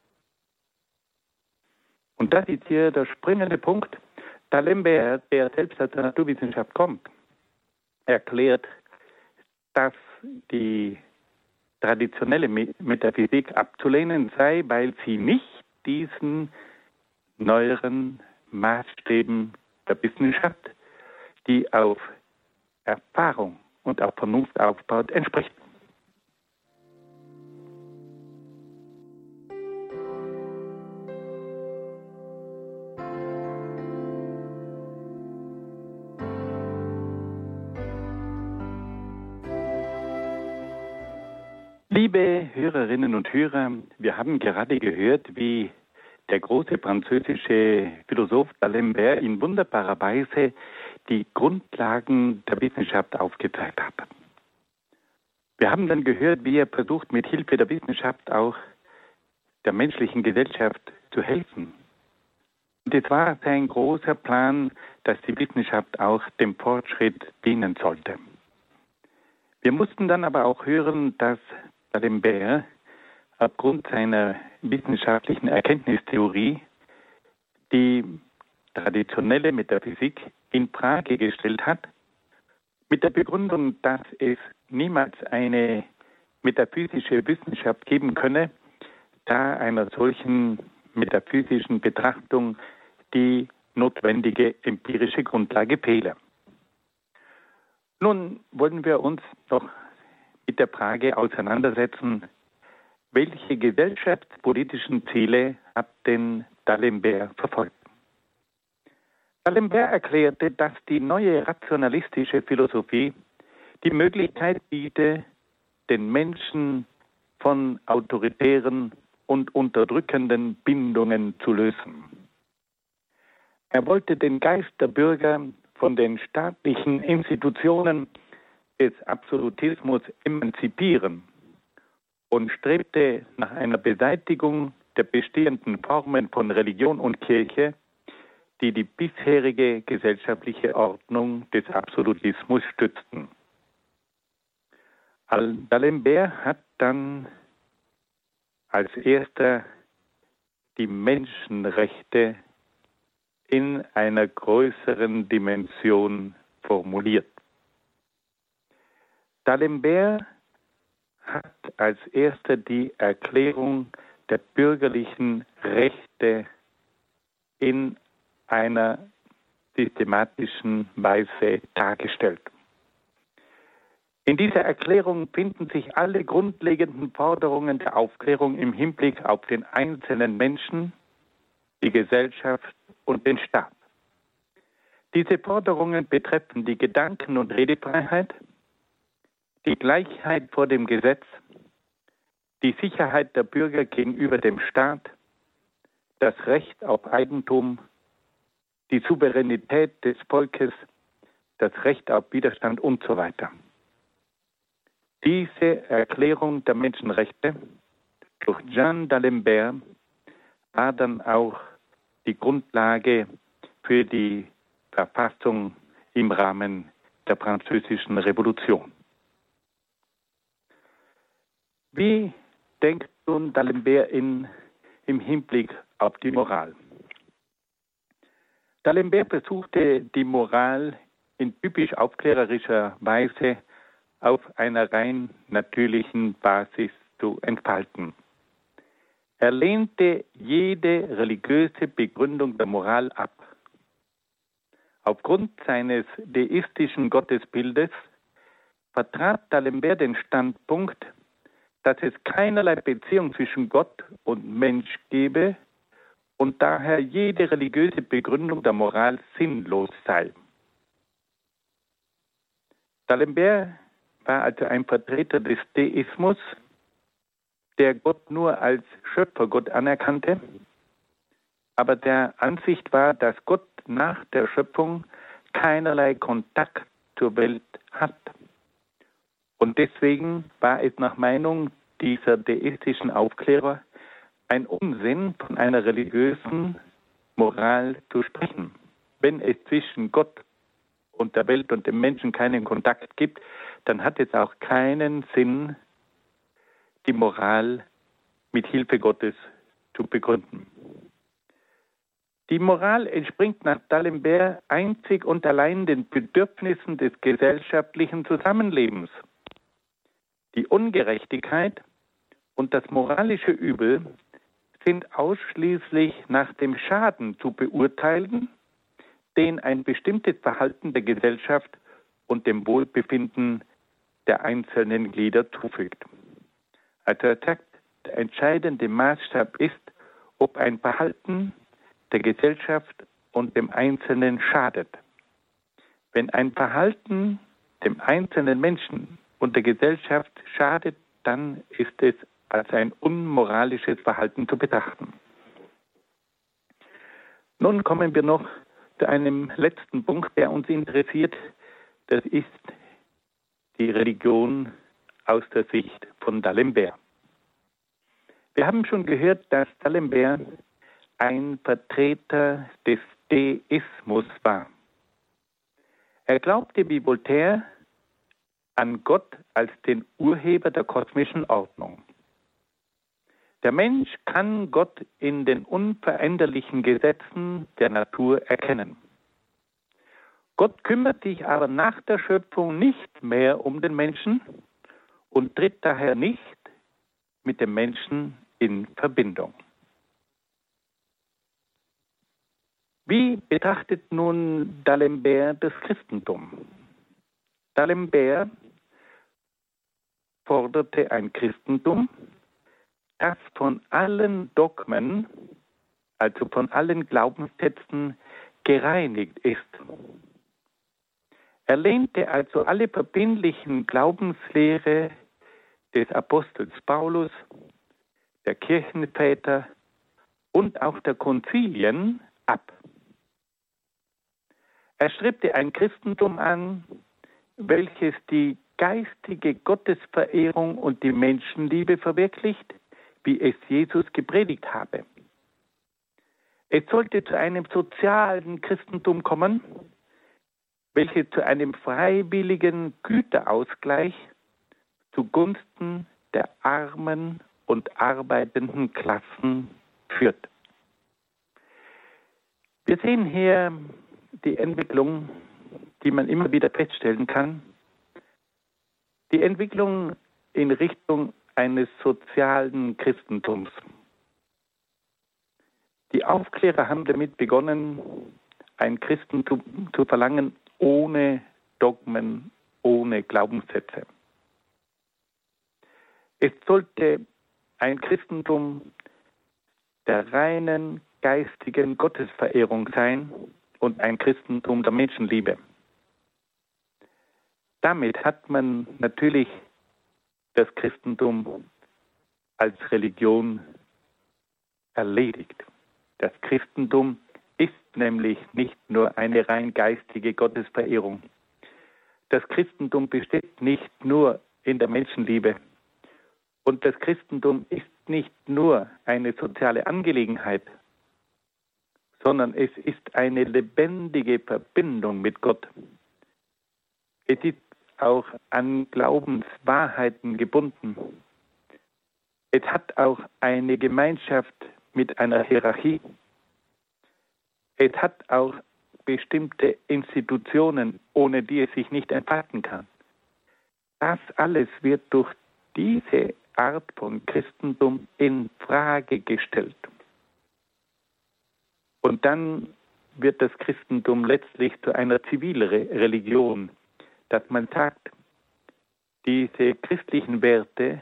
Und das ist hier der springende Punkt. D'Alembert, der selbst aus der Naturwissenschaft kommt, erklärt, dass die traditionelle Metaphysik abzulehnen sei, weil sie nicht diesen neueren Maßstäben der Wissenschaft, die auf Erfahrung und auf Vernunft aufbaut, entspricht. Liebe Hörerinnen und Hörer, wir haben gerade gehört, wie der große französische Philosoph D'Alembert in wunderbarer Weise die Grundlagen der Wissenschaft aufgezeigt hat. Wir haben dann gehört, wie er versucht, mit Hilfe der Wissenschaft auch der menschlichen Gesellschaft zu helfen. Und es war sein großer Plan, dass die Wissenschaft auch dem Fortschritt dienen sollte. Wir mussten dann aber auch hören, dass D'Alembert aufgrund seiner wissenschaftlichen Erkenntnistheorie die traditionelle Metaphysik in Frage gestellt hat, mit der Begründung, dass es niemals eine metaphysische Wissenschaft geben könne, da einer solchen metaphysischen Betrachtung die notwendige empirische Grundlage fehle. Nun wollen wir uns noch mit der Frage auseinandersetzen, welche gesellschaftspolitischen Ziele hat denn D'Alembert verfolgt? D'Alembert erklärte, dass die neue rationalistische Philosophie die Möglichkeit biete, den Menschen von autoritären und unterdrückenden Bindungen zu lösen. Er wollte den Geist der Bürger von den staatlichen Institutionen des Absolutismus emanzipieren und strebte nach einer Beseitigung der bestehenden Formen von Religion und Kirche, die die bisherige gesellschaftliche Ordnung des Absolutismus stützten. D'Alembert hat dann als erster die Menschenrechte in einer größeren Dimension formuliert. D'Alembert hat als erster die Erklärung der bürgerlichen Rechte in einer systematischen Weise dargestellt. In dieser Erklärung finden sich alle grundlegenden Forderungen der Aufklärung im Hinblick auf den einzelnen Menschen, die Gesellschaft und den Staat. Diese Forderungen betreffen die Gedanken- und Redefreiheit, die Gleichheit vor dem Gesetz, die Sicherheit der Bürger gegenüber dem Staat, das Recht auf Eigentum, die Souveränität des Volkes, das Recht auf Widerstand und so weiter. Diese Erklärung der Menschenrechte durch Jean d'Alembert war dann auch die Grundlage für die Verfassung im Rahmen der Französischen Revolution. Wie denkt nun d'Alembert in, im Hinblick auf die Moral? D'Alembert versuchte die Moral in typisch aufklärerischer Weise auf einer rein natürlichen Basis zu entfalten. Er lehnte jede religiöse Begründung der Moral ab. Aufgrund seines deistischen Gottesbildes vertrat d'Alembert den Standpunkt, dass es keinerlei Beziehung zwischen Gott und Mensch gebe und daher jede religiöse Begründung der Moral sinnlos sei. D'Alembert war also ein Vertreter des Deismus, der Gott nur als Schöpfergott anerkannte, aber der Ansicht war, dass Gott nach der Schöpfung keinerlei Kontakt zur Welt hat. Und deswegen war es nach Meinung dieser deistischen Aufklärer ein Unsinn, von einer religiösen Moral zu sprechen. Wenn es zwischen Gott und der Welt und dem Menschen keinen Kontakt gibt, dann hat es auch keinen Sinn, die Moral mit Hilfe Gottes zu begründen. Die Moral entspringt nach d'Alembert einzig und allein den Bedürfnissen des gesellschaftlichen Zusammenlebens. Die Ungerechtigkeit und das moralische Übel sind ausschließlich nach dem Schaden zu beurteilen, den ein bestimmtes Verhalten der Gesellschaft und dem Wohlbefinden der einzelnen Glieder zufügt. Also er sagt, der entscheidende Maßstab ist, ob ein Verhalten der Gesellschaft und dem Einzelnen schadet. Wenn ein Verhalten dem einzelnen Menschen und der Gesellschaft schadet, dann ist es als ein unmoralisches Verhalten zu betrachten. Nun kommen wir noch zu einem letzten Punkt, der uns interessiert. Das ist die Religion aus der Sicht von d'Alembert. Wir haben schon gehört, dass d'Alembert ein Vertreter des Deismus war. Er glaubte wie Voltaire an Gott als den Urheber der kosmischen Ordnung. Der Mensch kann Gott in den unveränderlichen Gesetzen der Natur erkennen. Gott kümmert sich aber nach der Schöpfung nicht mehr um den Menschen und tritt daher nicht mit dem Menschen in Verbindung. Wie betrachtet nun d'Alembert das Christentum? D'Alembert forderte ein Christentum, das von allen Dogmen, also von allen Glaubenssätzen, gereinigt ist. Er lehnte also alle verbindlichen Glaubenslehre des Apostels Paulus, der Kirchenväter und auch der Konzilien ab. Er strebte ein Christentum an, welches die geistige Gottesverehrung und die Menschenliebe verwirklicht, wie es Jesus gepredigt habe. Es sollte zu einem sozialen Christentum kommen, welches zu einem freiwilligen Güterausgleich zugunsten der armen und arbeitenden Klassen führt. Wir sehen hier die Entwicklung, die man immer wieder feststellen kann, die Entwicklung in Richtung eines sozialen Christentums. Die Aufklärer haben damit begonnen, ein Christentum zu verlangen ohne Dogmen, ohne Glaubenssätze. Es sollte ein Christentum der reinen geistigen Gottesverehrung sein und ein Christentum der Menschenliebe. Damit hat man natürlich das Christentum als Religion erledigt. Das Christentum ist nämlich nicht nur eine rein geistige Gottesverehrung. Das Christentum besteht nicht nur in der Menschenliebe. Und das Christentum ist nicht nur eine soziale Angelegenheit, sondern es ist eine lebendige Verbindung mit Gott. Es ist auch an Glaubenswahrheiten gebunden. Es hat auch eine Gemeinschaft mit einer Hierarchie. Es hat auch bestimmte Institutionen, ohne die es sich nicht entfalten kann. Das alles wird durch diese Art von Christentum in Frage gestellt. Und dann wird das Christentum letztlich zu einer zivilen Religion, dass man sagt, diese christlichen Werte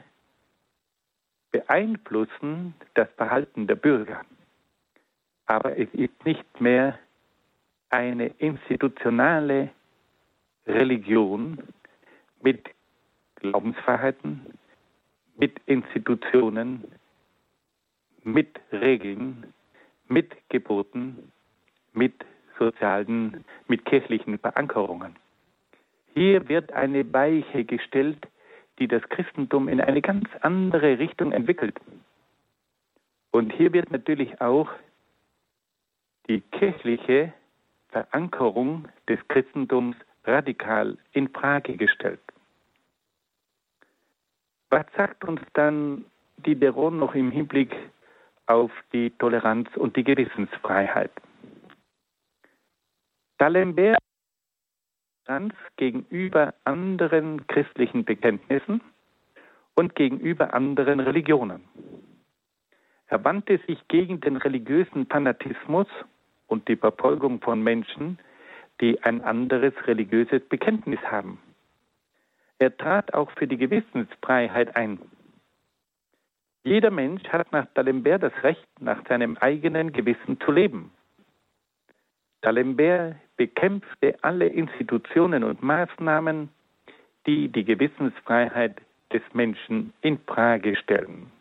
beeinflussen das Verhalten der Bürger. Aber es ist nicht mehr eine institutionale Religion mit Glaubensfreiheiten, mit Institutionen, mit Regeln, mit Geboten, mit sozialen, mit kirchlichen Verankerungen. Hier wird eine Weiche gestellt, die das Christentum in eine ganz andere Richtung entwickelt. Und hier wird natürlich auch die kirchliche Verankerung des Christentums radikal in Frage gestellt. Was sagt uns dann Diderot noch im Hinblick auf die Toleranz und die Gewissensfreiheit? D'Alembert Toleranz gegenüber anderen christlichen Bekenntnissen und gegenüber anderen Religionen. Er wandte sich gegen den religiösen Fanatismus und die Verfolgung von Menschen, die ein anderes religiöses Bekenntnis haben. Er trat auch für die Gewissensfreiheit ein. Jeder Mensch hat nach D'Alembert das Recht, nach seinem eigenen Gewissen zu leben. D'Alembert bekämpfte alle Institutionen und Maßnahmen, die die Gewissensfreiheit des Menschen in Frage stellen.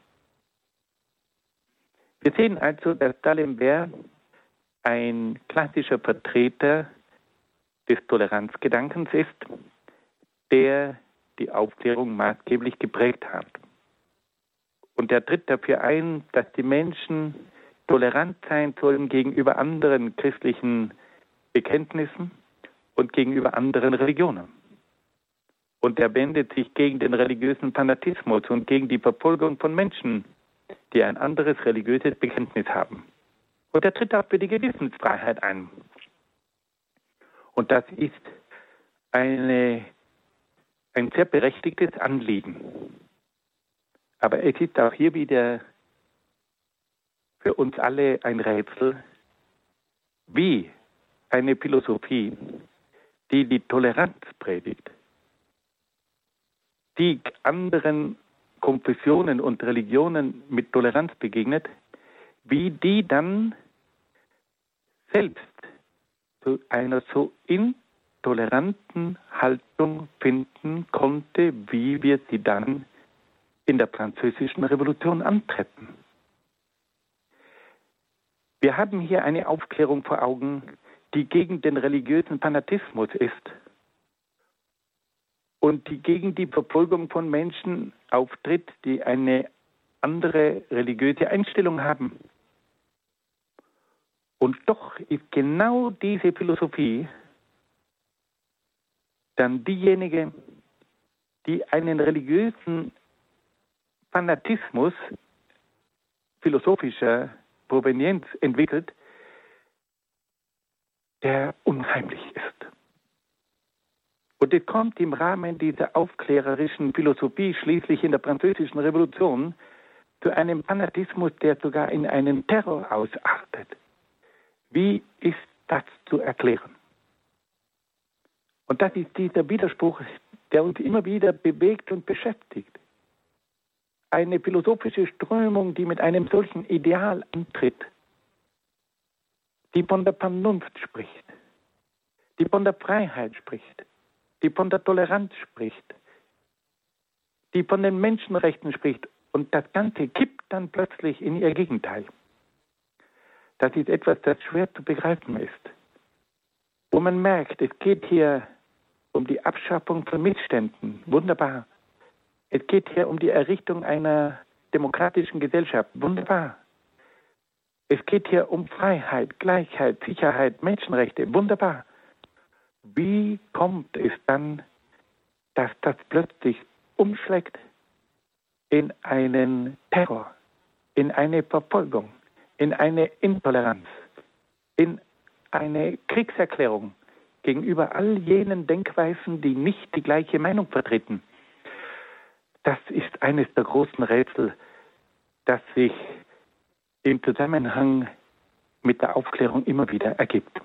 Wir sehen also, dass D'Alembert ein klassischer Vertreter des Toleranzgedankens ist, der die Aufklärung maßgeblich geprägt hat. Und er tritt dafür ein, dass die Menschen tolerant sein sollen gegenüber anderen christlichen Bekenntnissen und gegenüber anderen Religionen. Und er wendet sich gegen den religiösen Fanatismus und gegen die Verfolgung von Menschen, die ein anderes religiöses Bekenntnis haben. Und er tritt auch für die Gewissensfreiheit ein. Und das ist eine, ein sehr berechtigtes Anliegen. Aber es ist auch hier wieder für uns alle ein Rätsel, wie eine Philosophie, die die Toleranz predigt, die anderen Konfessionen und Religionen mit Toleranz begegnet, wie die dann selbst zu einer so intoleranten Haltung finden konnte, wie wir sie dann in der Französischen Revolution antreten. Wir haben hier eine Aufklärung vor Augen, die gegen den religiösen Fanatismus ist und die gegen die Verfolgung von Menschen auftritt, die eine andere religiöse Einstellung haben. Und doch ist genau diese Philosophie dann diejenige, die einen religiösen Fanatismus philosophischer Provenienz entwickelt, der unheimlich ist. Und es kommt im Rahmen dieser aufklärerischen Philosophie schließlich in der Französischen Revolution zu einem Fanatismus, der sogar in einen Terror ausartet. Wie ist das zu erklären? Und das ist dieser Widerspruch, der uns immer wieder bewegt und beschäftigt. Eine philosophische Strömung, die mit einem solchen Ideal antritt, die von der Vernunft spricht, die von der Freiheit spricht, die von der Toleranz spricht, die von den Menschenrechten spricht und das Ganze kippt dann plötzlich in ihr Gegenteil. Das ist etwas, das schwer zu begreifen ist. Wo man merkt, es geht hier um die Abschaffung von Missständen. Wunderbar. Es geht hier um die Errichtung einer demokratischen Gesellschaft. Wunderbar. Es geht hier um Freiheit, Gleichheit, Sicherheit, Menschenrechte. Wunderbar. Wie kommt es dann, dass das plötzlich umschlägt in einen Terror, in eine Verfolgung, in eine Intoleranz, in eine Kriegserklärung gegenüber all jenen Denkweisen, die nicht die gleiche Meinung vertreten? Das ist eines der großen Rätsel, das sich im Zusammenhang mit der Aufklärung immer wieder ergibt.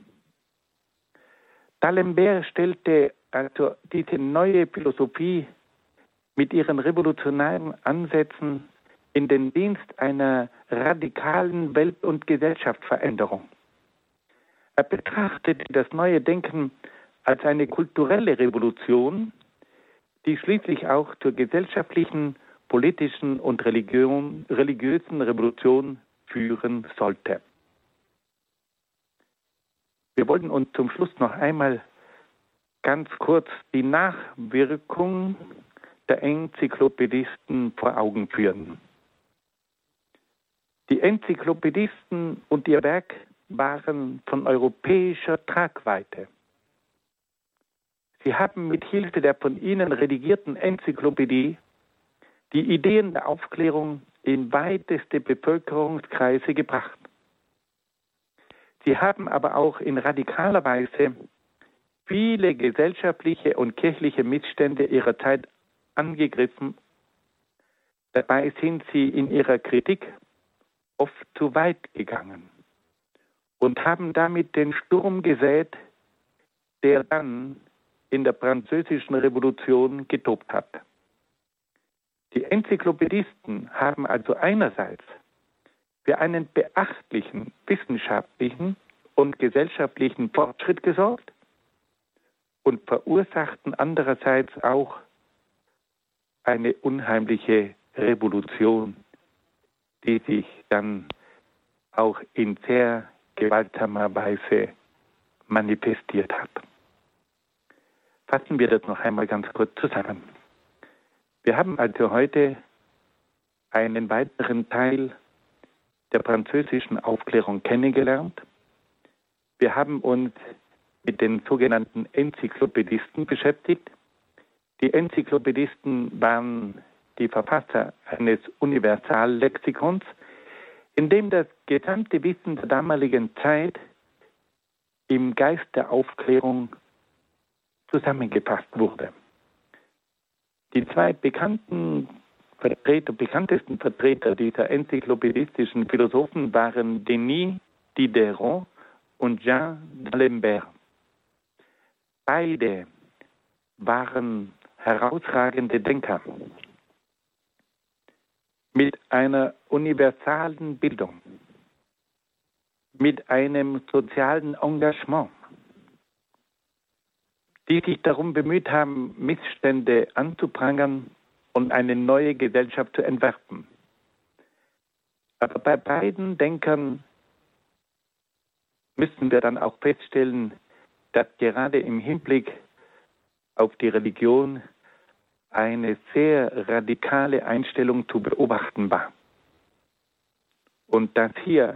D'Alembert stellte also diese neue Philosophie mit ihren revolutionären Ansätzen in den Dienst einer radikalen Welt- und Gesellschaftsveränderung. Er betrachtete das neue Denken als eine kulturelle Revolution, die schließlich auch zur gesellschaftlichen, politischen und Religion, religiösen Revolution führen sollte. Wir wollten uns zum Schluss noch einmal ganz kurz die Nachwirkung der Enzyklopädisten vor Augen führen. Die Enzyklopädisten und ihr Werk waren von europäischer Tragweite. Sie haben mit Hilfe der von ihnen redigierten Enzyklopädie die Ideen der Aufklärung in weiteste Bevölkerungskreise gebracht. Sie haben aber auch in radikaler Weise viele gesellschaftliche und kirchliche Missstände ihrer Zeit angegriffen. Dabei sind sie in ihrer Kritik oft zu weit gegangen und haben damit den Sturm gesät, der dann in der Französischen Revolution getobt hat. Die Enzyklopädisten haben also einerseits für einen beachtlichen wissenschaftlichen und gesellschaftlichen Fortschritt gesorgt und verursachten andererseits auch eine unheimliche Revolution, die sich dann auch in sehr gewaltsamer Weise manifestiert hat. Fassen wir das noch einmal ganz kurz zusammen. Wir haben also heute einen weiteren Teil der französischen Aufklärung kennengelernt. Wir haben uns mit den sogenannten Enzyklopädisten beschäftigt. Die Enzyklopädisten waren die Verfasser eines Universallexikons, in dem das gesamte Wissen der damaligen Zeit im Geist der Aufklärung zusammengefasst wurde. Die zwei bekannten Vertreter, bekanntesten Vertreter dieser enzyklopädistischen Philosophen waren Denis Diderot und Jean d'Alembert. Beide waren herausragende Denker mit einer universalen Bildung, mit einem sozialen Engagement, die sich darum bemüht haben, Missstände anzuprangern und eine neue Gesellschaft zu entwerfen. Aber bei beiden Denkern müssen wir dann auch feststellen, dass gerade im Hinblick auf die Religion eine sehr radikale Einstellung zu beobachten war. Und dass hier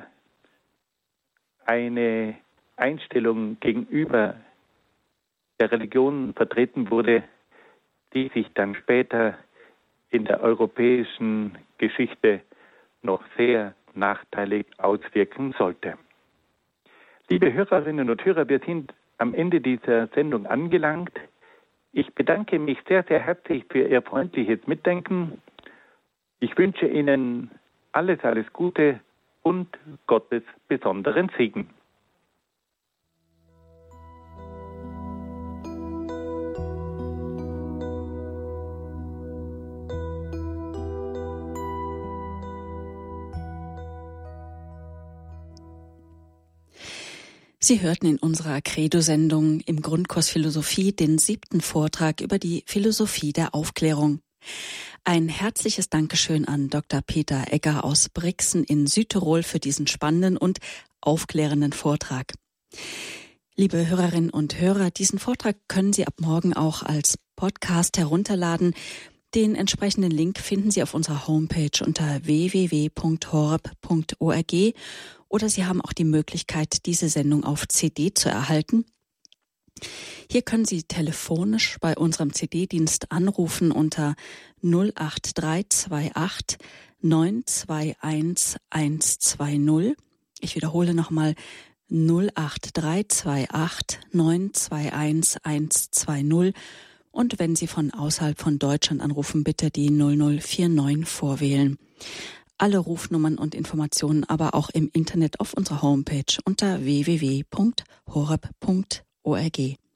eine Einstellung gegenüber der Religion vertreten wurde, die sich dann später in der europäischen Geschichte noch sehr nachteilig auswirken sollte. Liebe Hörerinnen und Hörer, wir sind am Ende dieser Sendung angelangt. Ich bedanke mich sehr, sehr herzlich für Ihr freundliches Mitdenken. Ich wünsche Ihnen alles, alles Gute und Gottes besonderen Segen. Sie hörten in unserer Credo-Sendung im Grundkurs Philosophie den siebten Vortrag über die Philosophie der Aufklärung. Ein herzliches Dankeschön an Doktor Peter Egger aus Brixen in Südtirol für diesen spannenden und aufklärenden Vortrag. Liebe Hörerinnen und Hörer, diesen Vortrag können Sie ab morgen auch als Podcast herunterladen. Den entsprechenden Link finden Sie auf unserer Homepage unter w w w punkt horeb punkt org oder Sie haben auch die Möglichkeit, diese Sendung auf C D zu erhalten. Hier können Sie telefonisch bei unserem C D-Dienst anrufen unter null acht drei zwei acht neun zwei eins eins zwei null. Ich wiederhole nochmal null acht drei zwei acht neun zwei eins eins zwei null. Und wenn Sie von außerhalb von Deutschland anrufen, bitte die null null vier neun vorwählen. Alle Rufnummern und Informationen aber auch im Internet auf unserer Homepage unter w w w punkt horeb punkt org.